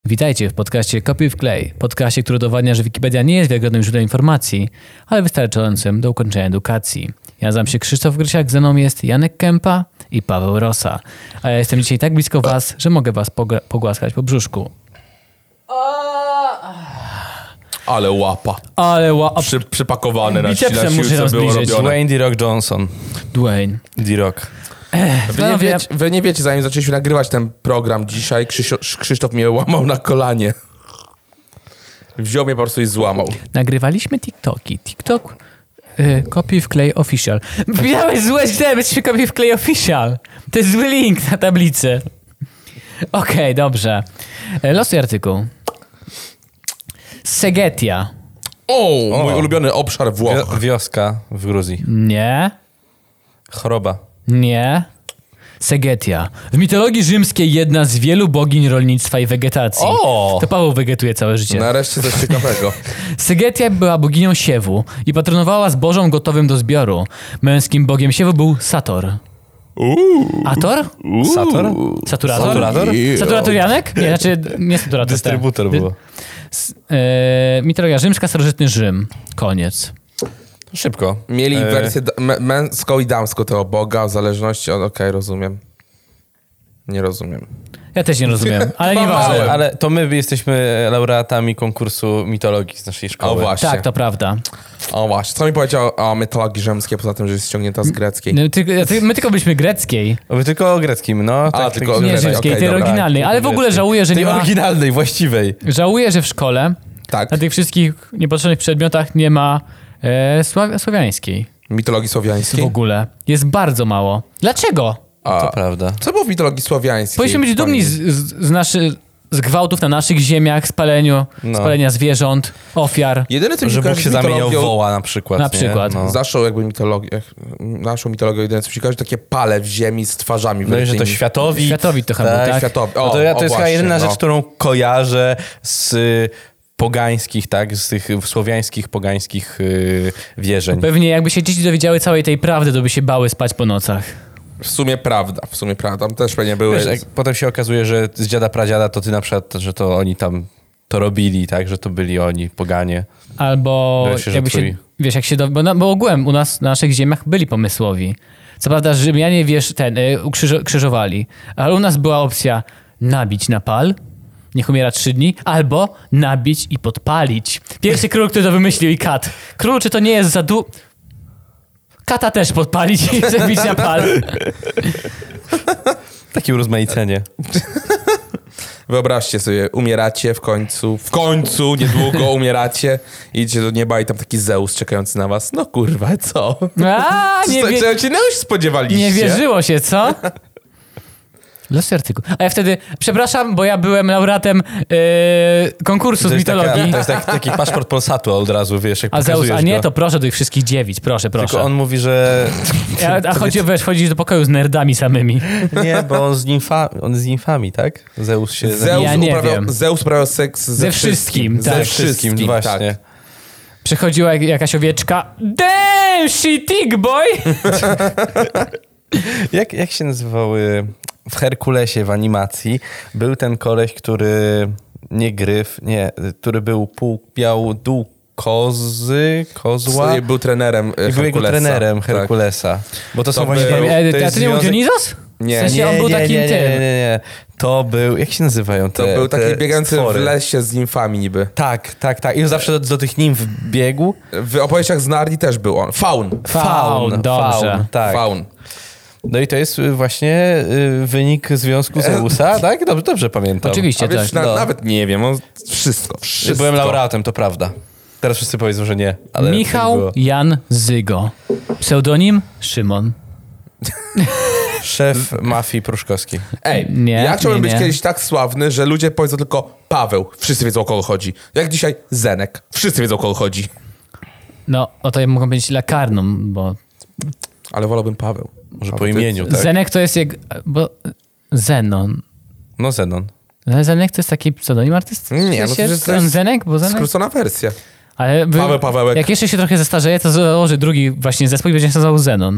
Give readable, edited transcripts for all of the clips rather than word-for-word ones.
Witajcie w podcaście Kopiuj w klej. Podcaście, który udowadnia, że Wikipedia nie jest wiarygodnym źródłem informacji, ale wystarczającym do ukończenia edukacji. Ja nazywam się Krzysztof Grysiak, ze mną jest Janek Kępa i Paweł Rosa. A ja jestem dzisiaj tak blisko was, że mogę was pogłaskać po brzuszku. Ale łapa. Przypakowany na Bicepsem muszę siłce było rozbliżyć. robione. Dwayne The Rock Johnson. Dwayne. The Rock. Wy nie wiecie, zanim zaczęliśmy nagrywać ten program dzisiaj, Krzysztof mnie łamał na kolanie. Wziął mnie po prostu i złamał. Nagrywaliśmy TikToki. TikTok Kopiuj w klej official. Miałeś złe źle, jesteśmy Kopiuj w klej official. To jest zły link na tablicy. Okej, dobrze. Losuj artykuł. Segetia. Mój ulubiony obszar Włoch. Wioska w Gruzji. Nie. Choroba. Nie. Segetia. W mitologii rzymskiej jedna z wielu bogiń rolnictwa i wegetacji. O! To Paweł wegetuje całe życie. Nareszcie coś ciekawego. Segetia była boginią siewu i patronowała zbożom gotowym do zbioru. Męskim bogiem siewu był Sator. Ator? Sator? Saturator? Saturator? Saturator Janek? Nie, znaczy nie saturator. Dystrybutor było. Mitologia rzymska, starożytny Rzym. Koniec. Szybko. Mieli wersję męską i damską tego boga, w zależności od... Okej, rozumiem. Nie rozumiem. Ja też nie rozumiem, ale nieważne. Ale to my jesteśmy laureatami konkursu mitologii z naszej szkoły. O właśnie. Tak, to prawda. O właśnie. Co mi powiedział o mitologii rzymskiej, poza tym, że jest ściągnięta z greckiej? No, my tylko byliśmy greckiej. Wy tylko o greckim, no. Tak, tylko o Nie greckiej, rzymskiej, okej, tej dobra. oryginalnej. Ale w ogóle Greckiej. żałuję, że Tej nie ma... oryginalnej, właściwej. Żałuję, że w szkole Tak. na tych wszystkich niepotrzebnych przedmiotach nie ma słowiańskiej Mitologii w słowiańskiej? ogóle. Jest bardzo mało. Dlaczego? To prawda. Co było w mitologii słowiańskiej? Powinniśmy być dumni z gwałtów na naszych ziemiach, spalenia zwierząt, ofiar. Jedyne, co mi Że się Bóg kojarzy się z zamieniał w mitologią- woła na przykład. Na nie? przykład. No. Zaszło jakby naszą mitologię, jedyne co mi się kojarzy, takie pale w ziemi z twarzami No i że to wielkimi. światowit. Światowit to chyba był, tak? Światowi. No to, to jest chyba właśnie, jedyna no. rzecz, którą kojarzę z pogańskich, tak? Z tych słowiańskich, pogańskich wierzeń. Pewnie jakby się dzieci dowiedziały całej tej prawdy, to by się bały spać po nocach. W sumie prawda. Tam też pewnie były... Wiesz, jak potem się okazuje, że z dziada pradziada to ty na przykład, że to oni tam to robili, tak? Że to byli oni, poganie. Albo Wydaje się, że jakby się, twój- wiesz, jak się bo ogółem u nas na naszych ziemiach byli pomysłowi. Co prawda Rzymianie, wiesz, krzyżowali, ale u nas była opcja nabić na pal, niech umiera 3 dni, albo nabić i podpalić. Pierwszy król, który to wymyślił i kat. Król, czy to nie jest za Kata też podpalić i zabić na pal. Takie urozmaicenie. Wyobraźcie sobie, umieracie w końcu, niedługo umieracie, idziecie do nieba i tam taki Zeus czekający na was. No kurwa, co? A, Czego się już spodziewaliście? nie wierzyło się, co? Los artykuł. A ja wtedy, przepraszam, bo ja byłem laureatem konkursu z mitologii. To jest taki paszport Polsatu od razu, wiesz, jak A Zeus, pokazujesz a nie, go. to proszę do tych wszystkich dziewic, proszę. Tylko on mówi, że... Chodzisz do pokoju z nerdami samymi. Nie, bo on z nimfami, tak? Zeus się... Ja nie wiem. Zeus uprawiał seks Ze wszystkim, tak. Ze wszystkim, właśnie. tak. Przychodziła jakaś owieczka. Damn, she thick boy! Jak się nazywały... W Herkulesie w animacji był ten koleś, który... Nie gryf, nie. Który miał dół kozła. Był trenerem I był jego Herkulesa. trenerem Tak. Herkulesa. Bo to są To właśnie... był- A to nie był Dionizos? Nie, W sensie on był takim tym. Nie. To był... Jak się nazywają te To był taki te biegający stwory? w lesie z nimfami niby. Tak. I on zawsze do tych nimf biegł. W opowieściach z Narni też był on. Faun. Faun, dobrze. Tak. Faun. No i to jest właśnie wynik związku Zeusa, tak? Dobrze pamiętam. Oczywiście, A wiesz, tak. nawet nie wiem, on wszystko. Byłem laureatem, to prawda. Teraz wszyscy powiedzą, że nie. Ale tak Michał było. Jan Zygo. Pseudonim Szymon. Szef mafii pruszkowskiej. Ej, Nie, ja chciałbym nie. być kiedyś tak sławny, że ludzie powiedzą tylko Paweł. Wszyscy wiedzą, o kogo chodzi. Jak dzisiaj Zenek. Wszyscy wiedzą, o kogo chodzi. No, to mogą być lakarną, bo Ale wolałbym Paweł. Może po imieniu, tak? Zenek to jest bo Zenon. No Zenon. Zenek to jest taki pseudonim artystyczny? Nie, no to jest Zenek, bo Zenek... skrócona wersja. Ale Paweł, Pawełek. jak jeszcze się trochę zestarzeje, to założy drugi właśnie zespół i będzie się nazywał Zenon.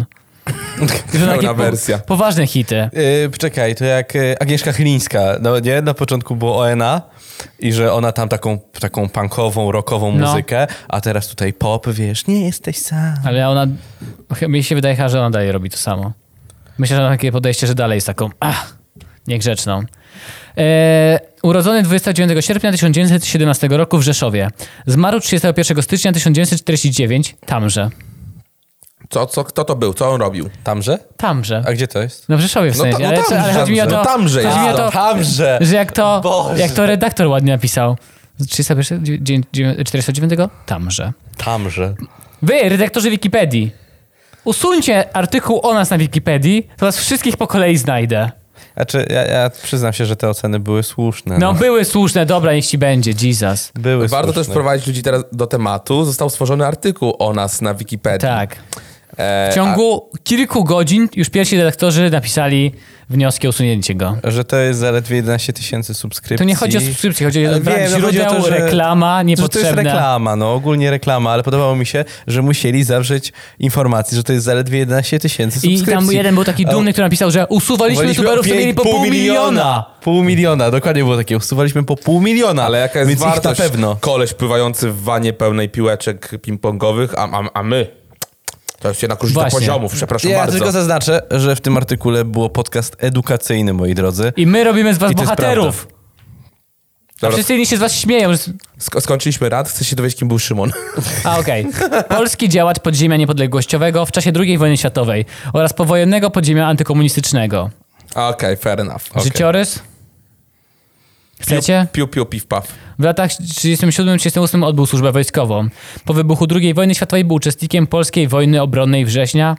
Że Pełna takie wersja. poważne hity. Czekaj, to jak Agnieszka Chylińska, no nie? Na początku było ONA i że ona tam taką punkową, rockową No. muzykę, a teraz tutaj pop, wiesz, nie jesteś sam. Ale ona, mi się wydaje, że ona dalej robi to samo. Myślę, że ma takie podejście, że dalej jest taką, niegrzeczną. Urodzony 29 sierpnia 1917 roku w Rzeszowie. Zmarł 31 stycznia 1949 tamże. Kto to był? Co on robił? Tamże? Tamże. A gdzie to jest? No w Rzeszowie w No, sensie. no ale chodzi mi o to, no tamże chodzi jest. mi o to, Tamże! że Boże. jak to redaktor ładnie napisał. Z 409 tamże. Tamże. Wy, redaktorzy Wikipedii, usuńcie artykuł o nas na Wikipedii, to was wszystkich po kolei znajdę. Znaczy, ja przyznam się, że te oceny były słuszne. No były słuszne, dobra, niech ci będzie, Jesus. Były Warto słuszne. też prowadzić ludzi teraz do tematu. Został stworzony artykuł o nas na Wikipedii. Tak. W ciągu kilku godzin już pierwsi redaktorzy napisali wnioski o usunięcie go. Że to jest zaledwie 11 000 subskrypcji. To nie chodzi o subskrypcję, chodzi o brak Wiem, chodzi o źródeł, to, że- reklama Że to jest niepotrzebna. reklama, no ogólnie reklama, ale podobało mi się, że musieli zawrzeć informację, że to jest zaledwie 11 000 subskrypcji. I tam jeden był taki dumny, który napisał, że usuwaliśmy youtuberów, co mieli po pół miliona. Pół miliona, dokładnie było takie. Usuwaliśmy po $500 000. Ale jaka jest więc ich wartość? na pewno. Koleś pływający w wanie pełnej piłeczek ping-pongowych, a my... To jest jednak różnica Właśnie. poziomów, przepraszam Ja bardzo. tylko zaznaczę, że w tym artykule było podcast edukacyjny, moi drodzy. I my robimy z was I to jest bohaterów. A Dobra, wszyscy inni się z was śmieją. Że... skończyliśmy rad, chcę się dowiedzieć, kim był Szymon. Okej. Polski działacz podziemia niepodległościowego w czasie II wojny światowej oraz powojennego podziemia antykomunistycznego. Okej, fair enough. Okay. Życiorys? Chcecie? Piu, piw, paw. W latach 1937-1938 odbył służbę wojskową. Po wybuchu II wojny światowej był uczestnikiem polskiej wojny obronnej września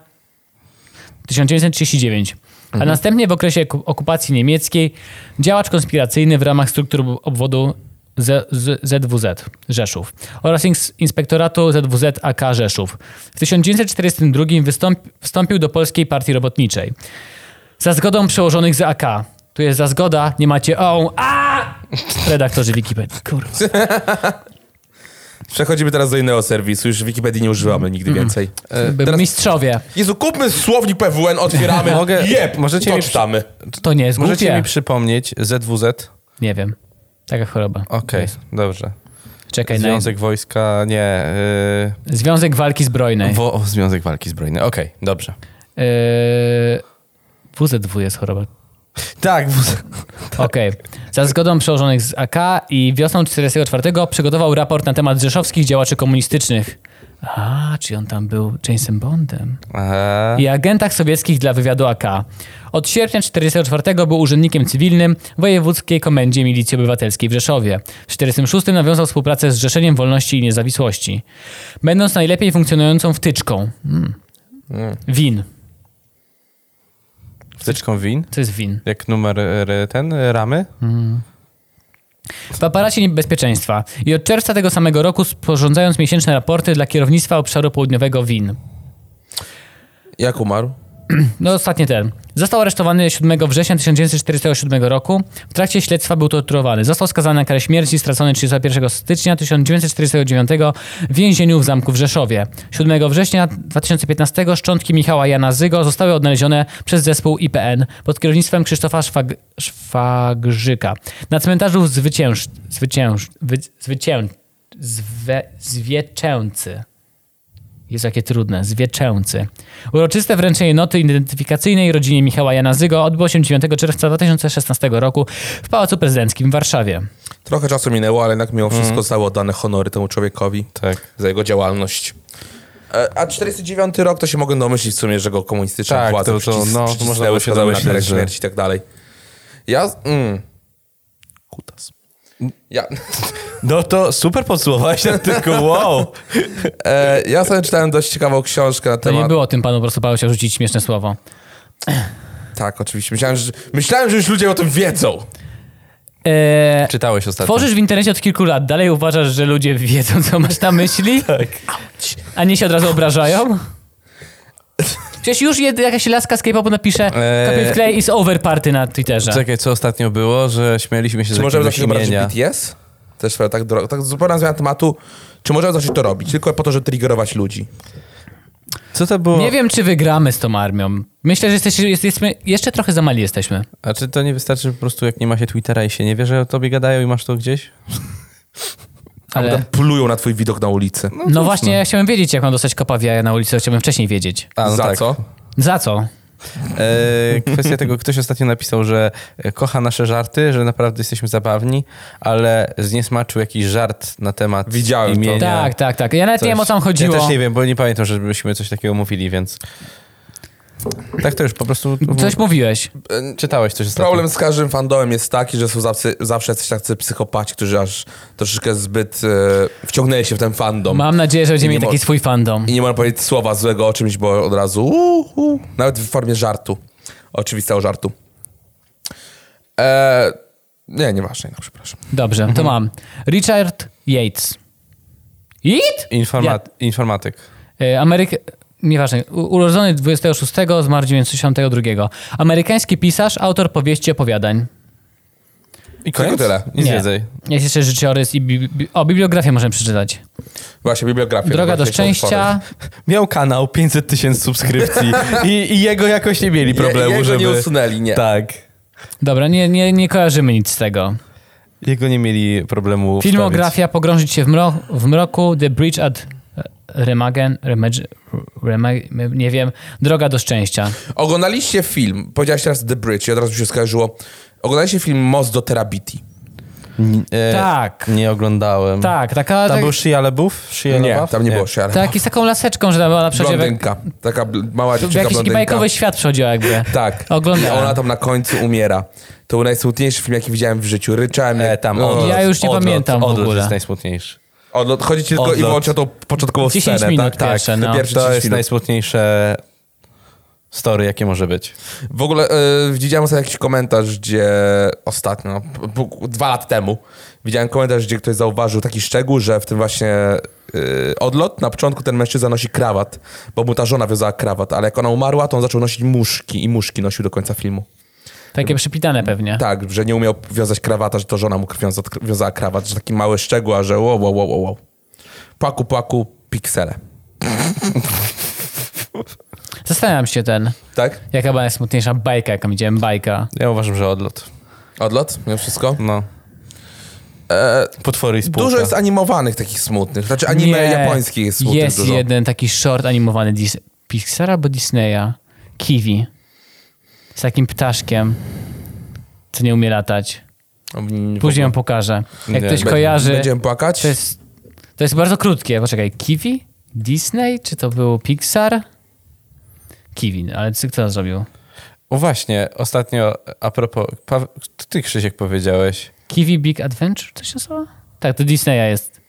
1939. A następnie w okresie okupacji niemieckiej działacz konspiracyjny w ramach struktur obwodu ZWZ Rzeszów oraz inspektoratu ZWZ AK Rzeszów. W 1942 wstąpił do Polskiej Partii Robotniczej. Za zgodą przełożonych z AK. Tu jest za zgoda, nie macie redaktorzy Wikipedii. Kurwa. Przechodzimy teraz do innego serwisu. Już Wikipedii nie używamy nigdy więcej. Teraz... Mistrzowie. Jezu, kupmy słownik PWN, otwieramy. Możecie to mi czytamy. To nie jest Możecie głupie. mi przypomnieć ZWZ? Nie wiem. Taka choroba. Okej, dobrze. Czekaj, Związek Wojska, nie. Związek Walki Zbrojnej. Związek Walki Zbrojnej. Okej, dobrze. WZW jest choroba. Tak, Okej. Za zgodą przełożonych z AK i wiosną 1944 przygotował raport na temat rzeszowskich działaczy komunistycznych. Czyli on tam był Jamesem Bondem. Aha. I agentach sowieckich dla wywiadu AK. Od sierpnia 1944 był urzędnikiem cywilnym w Wojewódzkiej Komendzie Milicji Obywatelskiej w Rzeszowie. W 1946 nawiązał współpracę z Zrzeszeniem Wolności i Niezawisłości. Będąc najlepiej funkcjonującą wtyczką. WIN. Wtyczką win? Co jest WIN? Jak numer ramy? W aparacie bezpieczeństwa i od czerwca tego samego roku sporządzając miesięczne raporty dla kierownictwa obszaru południowego WIN. Jak umarł? No ostatnie ten. Został aresztowany 7 września 1947 roku. W trakcie śledztwa był torturowany. Został skazany na karę śmierci, stracony 31 stycznia 1949 w więzieniu w zamku w Rzeszowie. 7 września 2015 szczątki Michała Jana Zygo zostały odnalezione przez zespół IPN pod kierownictwem Krzysztofa Szwagrzyka na cmentarzu w Zwieczęcy. Jest jakie trudne. Zwieczęcy. Uroczyste wręczenie noty identyfikacyjnej rodzinie Michała Jana Zygo odbyło się 9 czerwca 2016 roku w Pałacu Prezydenckim w Warszawie. Trochę czasu minęło, ale jednak mimo wszystko zostały oddane honory temu człowiekowi Tak. za jego działalność. A 49 rok to się mogę domyślić w sumie, że go komunistyczne Tak, władze można przycisnęły, było się skazały na karę domyśleć, że- śmierci i tak dalej. Kutas. No to super podsumowałeś ten artykuł, wow. Ja sobie czytałem dość ciekawą książkę na To temat... nie było tym panu, po prostu Paweł chciał rzucić śmieszne słowo. Tak, oczywiście. Myślałem, że już ludzie o tym wiedzą. Czytałeś ostatnio. Tworzysz w internecie od kilku lat. Dalej uważasz, że ludzie wiedzą, co masz na myśli? Tak. A nie się od razu obrażają? Przecież już jakaś laska z K-popu napisze Kapil Clay is over party na Twitterze. Czekaj, co ostatnio było, że śmieliśmy się Czy z możemy jakiegoś zacząć obrazić imienia. BTS? Też tak zupełna zmiana tematu. Czy możemy zacząć to robić? Tylko po to, żeby triggerować ludzi. Co to było? Nie wiem, czy wygramy z tą armią. Myślę, że jesteśmy jeszcze trochę za mali jesteśmy. A czy to nie wystarczy po prostu, jak nie ma się Twittera i się nie wie, że o tobie gadają i masz to gdzieś? Ale... Tam plują na twój widok na ulicy. No właśnie, ja chciałem wiedzieć, jak mam dostać kopa w jaja na ulicy, chciałbym wcześniej wiedzieć. Za tak. co? Za co? Kwestia tego, ktoś ostatnio napisał, że kocha nasze żarty, że naprawdę jesteśmy zabawni, ale zniesmaczył jakiś żart na temat Widziałem to. imienia. Tak. Ja nawet nie wiem, o co tam chodziło. Ja też nie wiem, bo nie pamiętam, żebyśmy coś takiego mówili, więc... Tak to już po prostu... Coś mówiłeś. Czytałeś coś ostatnio. Problem z każdym fandomem jest taki, że są zawsze jacyś tacy psychopaci, którzy aż troszeczkę zbyt wciągnęli się w ten fandom. Mam nadzieję, że będziemy I nie mieli taki swój fandom. I nie można powiedzieć słowa złego o czymś, bo od razu nawet w formie żartu. Oczywistego żartu. Nieważne, no przepraszam. Dobrze, to mam. Richard Yates. Informatyk. Nieważne. Urodzony 26, zmarł 92. Amerykański pisarz, autor powieści, opowiadań. I koniec? Tylko tyle. Nic Nie. więcej. Jest jeszcze życiorys i bibliografię możemy przeczytać. Właśnie, bibliografię. Droga do Właśnie szczęścia. Miał kanał, 500 000 subskrypcji i jego jakoś nie mieli problemu, Jego żeby... nie usunęli, nie. Tak. Dobra, nie kojarzymy nic z tego. Jego nie mieli problemu wstawić. Filmografia, pogrążyć się w mroku, The Bridge at Remagen, nie wiem, Droga do szczęścia. Oglądaliście film, powiedziałeś teraz The Bridge i od razu mi się skojarzyło. Oglądaliście film Most do Terabiti? Tak. Nie oglądałem. Tak, taka... Tam tak, był Shia LaBeouf? Nie, tam nie było Shia. taki z taką laseczką, że była na przodzie. Blondynka. Taka mała W dziewczynka jakiś taki blondynka. bajkowy świat przechodziła jakby. Tak. Oglądałem. I ona tam na końcu umiera. To był najsmutniejszy film, jaki widziałem w życiu. Ryczałem. Tam O, odlot. Ja już nie pamiętam w Odlot ogóle. jest najsmutniejszy. Chodzi ci tylko i Odlot. wyłącznie o tą początkową 10 scenę, minut tak? pierwsze, Te no. pierwsze To 10 jest minut. najsmutniejsze story, jakie może być. W ogóle widziałem sobie jakiś komentarz, gdzie ostatnio, 2 lata temu, widziałem komentarz, gdzie ktoś zauważył taki szczegół, że w tym właśnie Odlot, na początku ten mężczyzna nosi krawat, bo mu ta żona wiązała krawat, ale jak ona umarła, to on zaczął nosić muszki i muszki nosił do końca filmu. Takie przypitane pewnie. Tak, że nie umiał wiązać krawata, że to żona mu wiązała krawat, że taki mały szczegół, a że wow. Płaku, piksele. Zastanawiam się Tak? jaka była najsmutniejsza bajka, jaką widziałem, bajka. Ja uważam, że odlot. Odlot? Mimo wszystko? No. Potwory i spółka. Dużo jest animowanych takich smutnych. Znaczy anime japońskich jest smutnych Jest dużo. jeden taki short animowany Pixara albo Disneya. Kiwi. Z takim ptaszkiem, co nie umie latać. Później wam pokażę. Jak Nie. ktoś kojarzy... Będziemy płakać? To jest bardzo krótkie. Poczekaj, Kiwi? Disney? Czy to był Pixar? Kiwi, ale kto to zrobił? O właśnie, ostatnio a propos... Ty, Krzysiek, powiedziałeś. Kiwi Big Adventure? To się nazywa? Tak, to Disneya jest.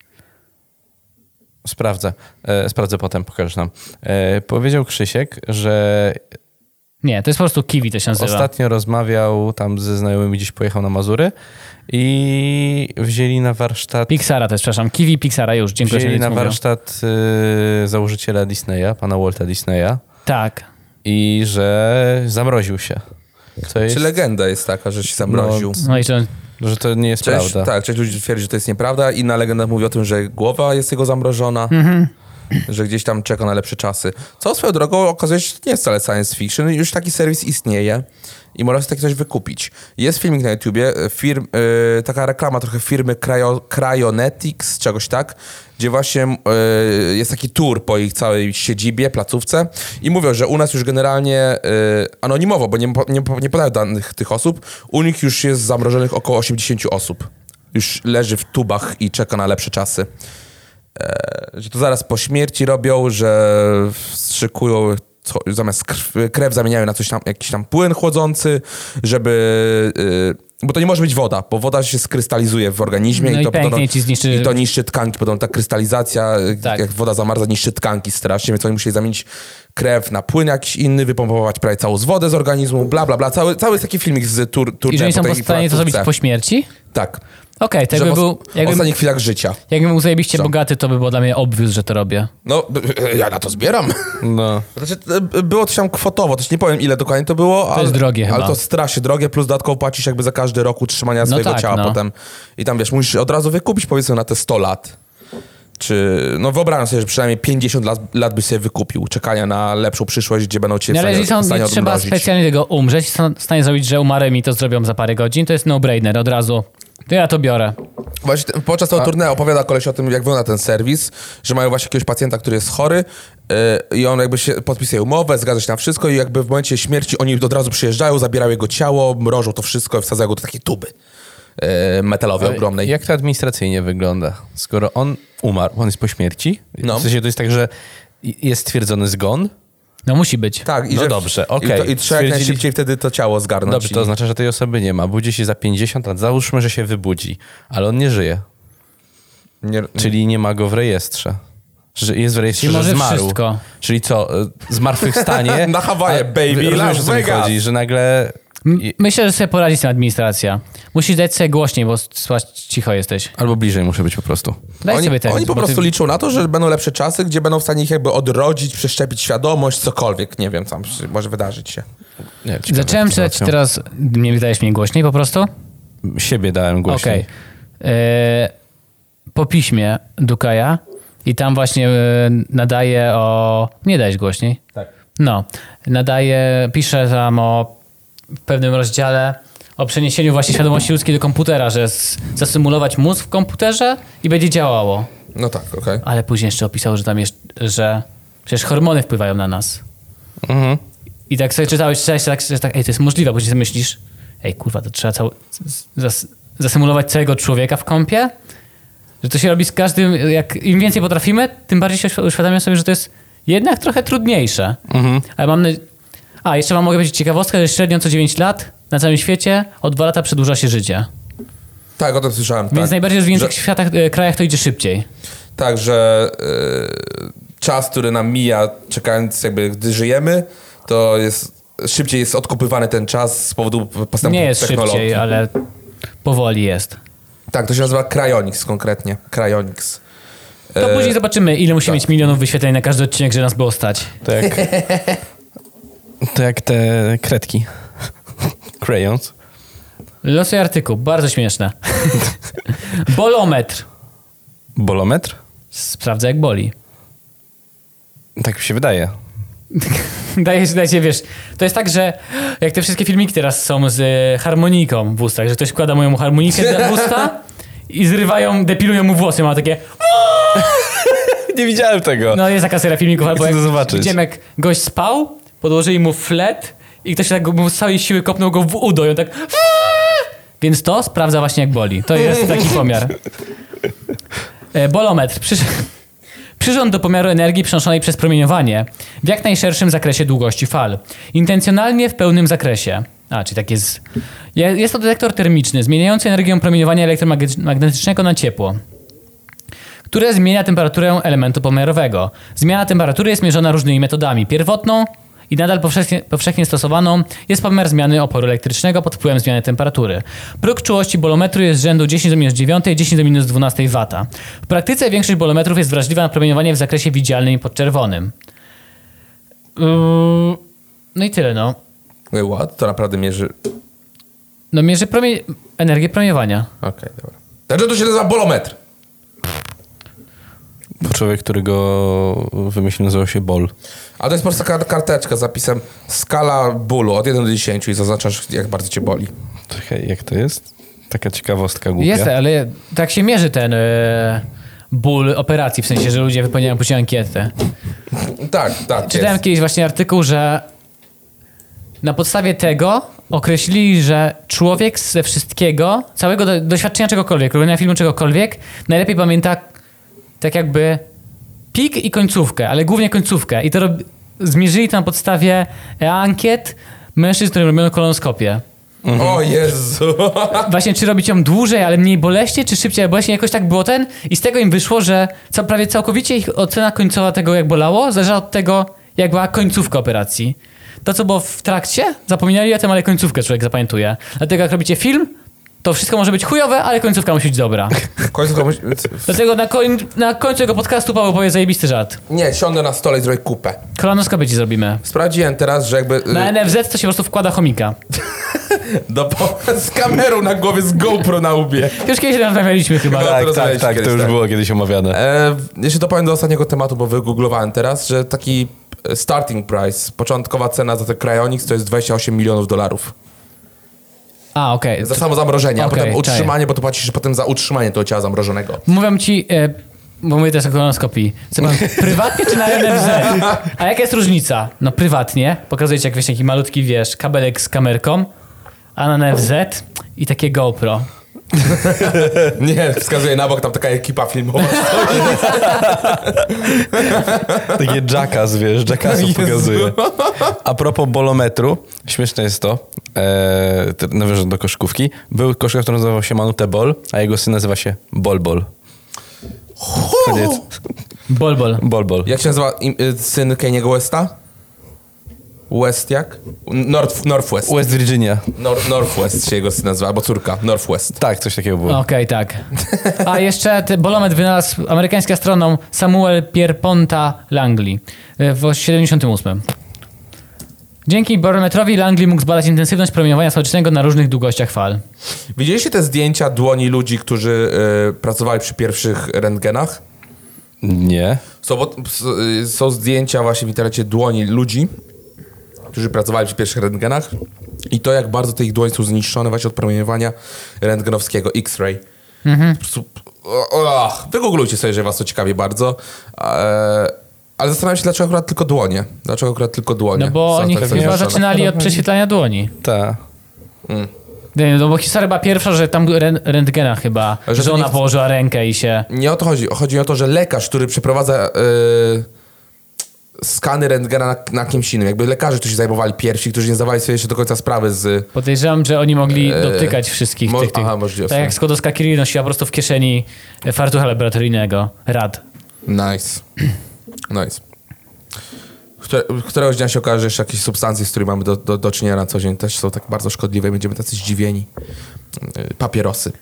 Sprawdzę. Sprawdzę potem, pokażesz nam. Powiedział Krzysiek, że Nie, to jest po prostu Kiwi, to się nazywa. ostatnio rozmawiał tam ze znajomymi, gdzieś pojechał na Mazury i wzięli na warsztat... Pixara też, przepraszam. Kiwi Pixara, już, dziękuję. Wzięli że na nic mówią. warsztat założyciela Disneya, pana Walta Disneya Tak. i że zamroził się. Co jest, Czy legenda jest taka, że się zamroził? No i że... że to nie jest Część, prawda. tak, część ludzi twierdzi, że to jest nieprawda. Inna legenda mówi o tym, że głowa jest jego zamrożona. Że gdzieś tam czeka na lepsze czasy. Co swoją drogą okazuje się, że to nie jest wcale science fiction. Już taki serwis istnieje i można sobie takie coś wykupić. Jest filmik na YouTubie, taka reklama trochę firmy Cryonetics, czegoś tak, gdzie właśnie jest taki tour po ich całej siedzibie, placówce i mówią, że u nas już generalnie anonimowo, bo nie podają danych tych osób, u nich już jest zamrożonych około 80 osób. Już leży w tubach i czeka na lepsze czasy. Że to zaraz po śmierci robią, że szykują, zamiast krew zamieniają na coś tam, jakiś tam płyn chłodzący, żeby... Bo to nie może być woda, bo woda się skrystalizuje w organizmie No i to pęknie podobno, ci, zniszczy... i to niszczy tkanki. Podobno ta krystalizacja, Tak. jak woda zamarza, niszczy tkanki strasznie, więc oni musieli zamienić krew na płyn jakiś inny, wypompować prawie całą wodę z organizmu, bla, bla, bla. Cały jest taki filmik z I że oni są po w tej stanie to zrobić placówce. po śmierci? Tak. Okej, to Że jakby w był... ostatnich chwilach życia. Jakbym był zajebiście Co? bogaty, to by było dla mnie obvious, że to robię. No, ja na to zbieram. No. Znaczy, było to tam kwotowo, też nie powiem ile dokładnie to było, ale jest drogie ale chyba. to strasznie drogie, plus dodatkowo płacisz jakby za każdy rok utrzymania swojego tak, ciała no. potem. I tam wiesz, musisz od razu wykupić powiedzmy na te 100 lat. no wyobrażam sobie, że przynajmniej 50 lat byś sobie wykupił, czekania na lepszą przyszłość, gdzie będą cię No, ale jeżeli w stanie nie trzeba odmrozić. specjalnie tego umrzeć, są w stanie zrobić, że umarłem i to zrobią za parę godzin, to jest no-brainer od razu. To ja to biorę. Właśnie podczas tego turnieju opowiada koleś o tym, jak wygląda ten serwis, że mają właśnie jakiegoś pacjenta, który jest chory i on jakby się podpisuje umowę, zgadza się na wszystko i jakby w momencie śmierci oni od razu przyjeżdżają, zabierają jego ciało, mrożą to wszystko i wsadzają go do takiej tuby metalowej, ogromnej. Jak to administracyjnie wygląda? Skoro on umarł, on jest po śmierci? No. W sensie to jest tak, że jest stwierdzony zgon? No musi być. Tak, No dobrze, okej. I trzeba jak najszybciej wtedy to ciało zgarnąć. Dobrze, to oznacza, że tej osoby nie ma. Budzi się za 50 lat. Załóżmy, że się wybudzi, ale on nie żyje. Czyli nie ma go w rejestrze. Że jest w rejestrze, Czyli że może zmarł. wszystko. Czyli co? Zmartwychwstanie? Na Hawaje, baby, Rozumiesz, Las o co mi Vegas. chodzi, że nagle... Myślę, że sobie poradzi z tym administracja. Musisz dać sobie głośniej, bo cicho jesteś. Albo bliżej muszę być po prostu. Daj sobie ten. Oni po bo prostu liczą na to, że będą lepsze czasy, gdzie będą w stanie ich jakby odrodzić, przeszczepić świadomość, cokolwiek, nie wiem, tam może wydarzyć się. Nie, ciekawe, Zacząłem co czytać zobaczę. teraz... Nie wydajesz mnie głośniej po prostu? Siebie dałem głośniej. Okej. Po piśmie Dukaja i tam właśnie nadaje o... Nie dajesz głośniej? Tak. No. Pisze tam w pewnym rozdziale o przeniesieniu właśnie świadomości ludzkiej do komputera, że zasymulować mózg w komputerze i będzie działało. No tak, okej. Ale później jeszcze opisał, że tam jest, że przecież hormony wpływają na nas. Mhm. I tak sobie czytałeś, że tak, ej, to jest możliwe, a później sobie myślisz, ej, kurwa, to trzeba zasymulować całego człowieka w kompie? Że to się robi z każdym, im więcej potrafimy, tym bardziej się uświadamiam sobie, że to jest jednak trochę trudniejsze. Ale jeszcze wam mogę powiedzieć ciekawostkę, że średnio co 9 lat na całym świecie o 2 lata przedłuża się życie. Tak, o tym słyszałem. Więc tak. w najbardziej rozwiniętych krajach to idzie szybciej. Tak, że czas, który nam mija, czekając jakby, gdy żyjemy, to szybciej jest odkupywany ten czas z powodu postępu Nie jest technologii. szybciej, ale powoli jest. Tak, to się nazywa Cryonics konkretnie. Cryonics. To później zobaczymy, ile musimy mieć milionów wyświetleń na każdy odcinek, że nas było stać. To jak te kredki. Crayons. Losuj artykuł, bardzo śmieszne. Bolometr. Bolometr? Sprawdza, jak boli. Tak mi się wydaje. Dajcie, wiesz, to jest tak, że jak te wszystkie filmiki teraz są z harmoniką w ustach, że ktoś wkłada moją harmonikę w usta i depilują mu włosy, ma takie... Nie widziałem tego. No jest taka seria filmików, albo Chcę jak to zobaczyć. widziałem, jak gość spał, podłożyli mu flet i ktoś tak mu z całej siły kopnął go w udo i on tak... Więc to sprawdza właśnie, jak boli. To jest taki pomiar. Bolometr. Przyrząd do pomiaru energii przenoszonej przez promieniowanie w jak najszerszym zakresie długości fal. Intencjonalnie w pełnym zakresie. Czyli tak jest... Jest to detektor termiczny, zmieniający energię promieniowania elektromagnetycznego na ciepło, które zmienia temperaturę elementu pomiarowego. Zmiana temperatury jest mierzona różnymi metodami. Pierwotną i nadal powszechnie stosowaną jest pomiar zmiany oporu elektrycznego pod wpływem zmiany temperatury. Próg czułości bolometru jest z rzędu 10 do -9 i 10 do -12 W. W praktyce większość bolometrów jest wrażliwa na promieniowanie w zakresie widzialnym i podczerwonym. No i tyle, no. Wait, what? To naprawdę mierzy... No mierzy energię promieniowania. Okej, dobra. Także to się nazywa bolometr. Bo człowiek, który go wymyślił, nazywał się Bol. A to jest po prostu taka karteczka z zapisem skala bólu od 1 do 10 i zaznaczasz, jak bardzo cię boli. Czekaj, jak to jest? Taka ciekawostka głupia. Jest, ale tak się mierzy ten ból operacji, w sensie, że ludzie wypełniają później ankietę. Tak. Czytałem kiedyś właśnie artykuł, że na podstawie tego określili, że człowiek ze wszystkiego, całego doświadczenia czegokolwiek, oglądania filmu czegokolwiek, najlepiej pamięta tak jakby pik i końcówkę, ale głównie końcówkę. I to zmierzyli to na podstawie ankiet mężczyzn, którym robiono kolonoskopię. O Jezu. Właśnie, czy robić ją dłużej, ale mniej boleśnie, czy szybciej, ale boleśnie, jakoś tak było i z tego im wyszło, że prawie całkowicie ich ocena końcowa tego, jak bolało, zależała od tego, jak była końcówka operacji. To, co było w trakcie, zapominali o tym, ale końcówkę człowiek zapamiętuje. Dlatego jak robicie film, to wszystko może być chujowe, ale końcówka musi być dobra. Dlatego na końcu jego podcastu Paweł powie zajebisty żart. Nie, siądę na stole i zrobię kupę. Kolonoskopię ci zrobimy. Sprawdziłem teraz, że jakby... Na NFZ to się po prostu wkłada chomika. Z kamerą na głowie, z GoPro na łbie. Już kiedyś rozmawialiśmy chyba. No, Tak, rozmawialiśmy tak, kiedyś, to już tak. było kiedyś omawiane. Jeszcze dopowiem do ostatniego tematu, bo wygooglowałem teraz, że taki starting price, początkowa cena za ten Cryonics to jest $28 milionów. A, okej. Za samo zamrożenie, a Okej, potem czaję. utrzymanie, bo to płacisz potem za utrzymanie tego ciała zamrożonego. Mówią ci, bo mówię też o kolonoskopii, co mam, prywatnie czy na NFZ? A jaka jest różnica? No prywatnie, pokazuje ci jakiś taki malutki, wiesz, kabelek z kamerką, a na NFZ i takie GoPro. Nie, wskazuje na bok, tam taka ekipa filmowa. Takie Jackass, wiesz, Jackassów Jezu. pokazuje. A propos bolometru, śmieszne jest to, nawiążę do koszykówki, był koszykówka, który nazywał się Manute-Bol, a jego syn nazywa się Bol-Bol. Koniec. Bol. Bol-Bol. Jak się nazywa syn Kaniego Westa? West jak? Northwest. West Virginia. Northwest się jego syn nazywa, albo córka. Northwest. Tak, coś takiego było. Okej, tak. A jeszcze bolometr wynalazł amerykański astronom Samuel Pierpont Langley w 78. Dzięki bolometrowi Langley mógł zbadać intensywność promieniowania słonecznego na różnych długościach fal. Widzieliście te zdjęcia dłoni ludzi, którzy pracowali przy pierwszych rentgenach? Nie. Są zdjęcia właśnie w internecie dłoni ludzi, którzy pracowali przy pierwszych rentgenach i to, jak bardzo te ich dłonie są zniszczone właśnie od promieniowania rentgenowskiego, X-ray. Po prostu, wygooglujcie sobie, że was to ciekawi bardzo. Ale zastanawiam się, dlaczego akurat tylko dłonie. Dlaczego akurat tylko dłonie? No bo są oni tak chyba zniszczone? zaczynali od prześwietlania dłoni. Tak. Nie, no bo historia była pierwsza, że tam rentgena chyba, Ale że to żona nie- położyła rękę i się... Nie o to chodzi. Chodzi o to, że lekarz, który przeprowadza skany rentgena na kimś innym, jakby lekarze, którzy się zajmowali pierwsi, którzy nie zdawali sobie jeszcze do końca sprawy z... Podejrzewam, że oni mogli dotykać wszystkich tych... aha, możliwe. Tak jak Skłodowska Curie nosiła po prostu w kieszeni fartucha laboratoryjnego. Rad. Nice. Któregoś dnia się okaże, że jeszcze jakieś substancje, z którymi mamy do czynienia na co dzień, też są tak bardzo szkodliwe i będziemy tacy zdziwieni. Papierosy.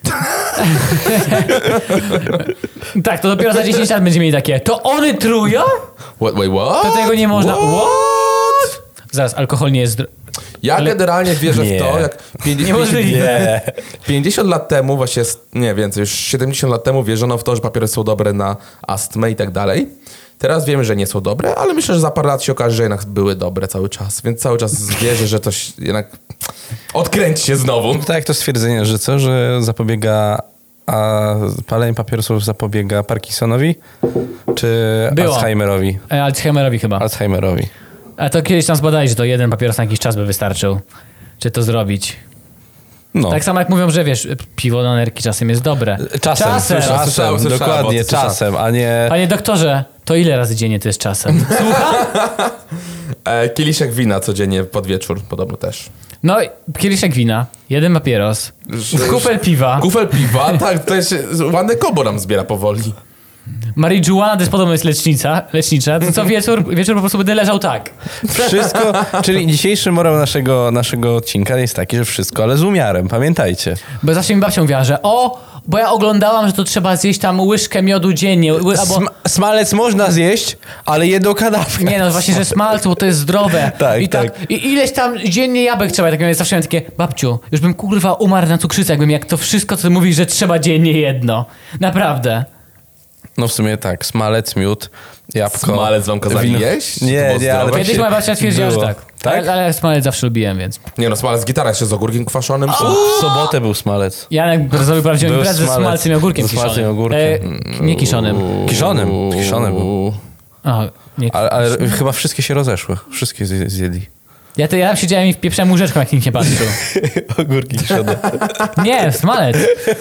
Tak, to dopiero za 10 lat będziemy mieli takie, to one trują? Wait, what? To tego nie można... What? Zaraz, alkohol nie jest... Ja generalnie wierzę Nie. w to, jak... Niemożliwe. 50 lat temu, właśnie, nie więcej, już 70 lat temu wierzono w to, że papierosy są dobre na astmę i tak dalej. Teraz wiemy, że nie są dobre, ale myślę, że za parę lat się okaże, że jednak były dobre cały czas. Więc cały czas wierzę, że to jednak odkręci się znowu. Tak jak to stwierdzenie, że co, że zapobiega, a palenie papierosów zapobiega Parkinsonowi, czy Było. Alzheimerowi? Alzheimerowi chyba. Alzheimerowi. A to kiedyś tam zbadali, że to jeden papieros na jakiś czas by wystarczył, czy to zrobić. No. Tak samo jak mówią, że wiesz, piwo na nerki czasem jest dobre. Czasem, Słyszałem, dokładnie, czasem, a nie... Panie doktorze, to ile razy dziennie to jest czasem? Kieliszek wina codziennie pod wieczór, podobno też. No, kieliszek wina, jeden papieros, kufel piwa, Kufel piwa, tak, to jest ładne kobo nam zbiera powoli. marihuana to jest podobno jest lecznicza, to co wieczór po prostu będę leżał tak. Wszystko, czyli dzisiejszy morał naszego odcinka jest taki, że wszystko, ale z umiarem, pamiętajcie. Bo zawsze mi babcia mówiła, że bo ja oglądałam, że to trzeba zjeść tam łyżkę miodu dziennie, albo... Smalec można zjeść, ale jedną kanapkę. Nie no, właśnie, że smalcu, bo to jest zdrowe. Tak, I tak. I ileś tam dziennie jabłek trzeba. Tak zawsze miałem takie, babciu, już bym kurwa umarł na cukrzycę, jakbym jak to wszystko, co ty mówisz, że trzeba dziennie jedno. Naprawdę. No w sumie tak, smalec, miód, jabłko. Smalec wam kazali wino. jeść? To Nie, było nie, zdrowe? ale Kiedyś moja babcia twierdziła, że było. tak. Tak? Ale smalec zawsze lubiłem, więc. Nie no, smalec gitara jeszcze z ogórkiem kwaszonym. W sobotę był smalec. Janek zrobił prawdziwy Był imprez ze smalec. smalcem i ogórkiem Ze smalcem i kiszonym. ogórkiem. Nie kiszonym. Kiszonym był. O, nie. Ale chyba wszystkie się rozeszły. Wszystkie zjedli. Ja tam siedziałem i wpieprzałem łyżeczką, jak nikt nie patrzył. Ogórki kiszone. Nie, smalec.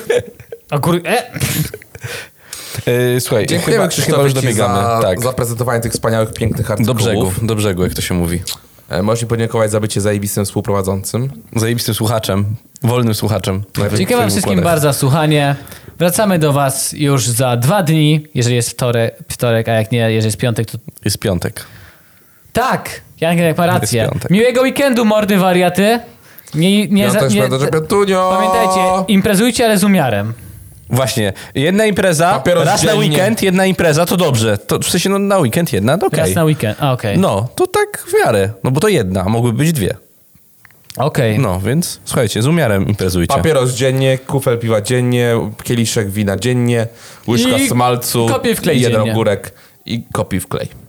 Słuchaj, Dziękujemy chyba Krzysztofie już ci dobiegamy. Tak. za prezentowanie tych wspaniałych, pięknych Do artykułów. brzegu, jak to się mówi. Możesz mi podziękować za bycie zajebistym współprowadzącym. Zajebistym słuchaczem, wolnym słuchaczem. Dziękuję wam wszystkim bardzo za słuchanie. Wracamy do was już za 2 dni, jeżeli jest wtorek, a jak nie, jeżeli jest piątek, to... Jest piątek. Tak! Janek ma rację. Jest piątek. Miłego weekendu, mordy wariaty. Ja też będę, że Piątunio! Pamiętajcie, imprezujcie, ale z umiarem. Właśnie, jedna impreza, Papieros raz na dziennie. weekend, jedna impreza, to dobrze. To, w sensie, no, na weekend jedna, to okej. Raz na weekend, okej. No, to tak w miarę, no bo to jedna, a mogły być dwie. Okej. No, więc słuchajcie, z umiarem imprezujcie. Papieros dziennie, kufel piwa dziennie, kieliszek wina dziennie, łyżka I smalcu, kopię w klej jeden dziennie. ogórek i kopi w klej.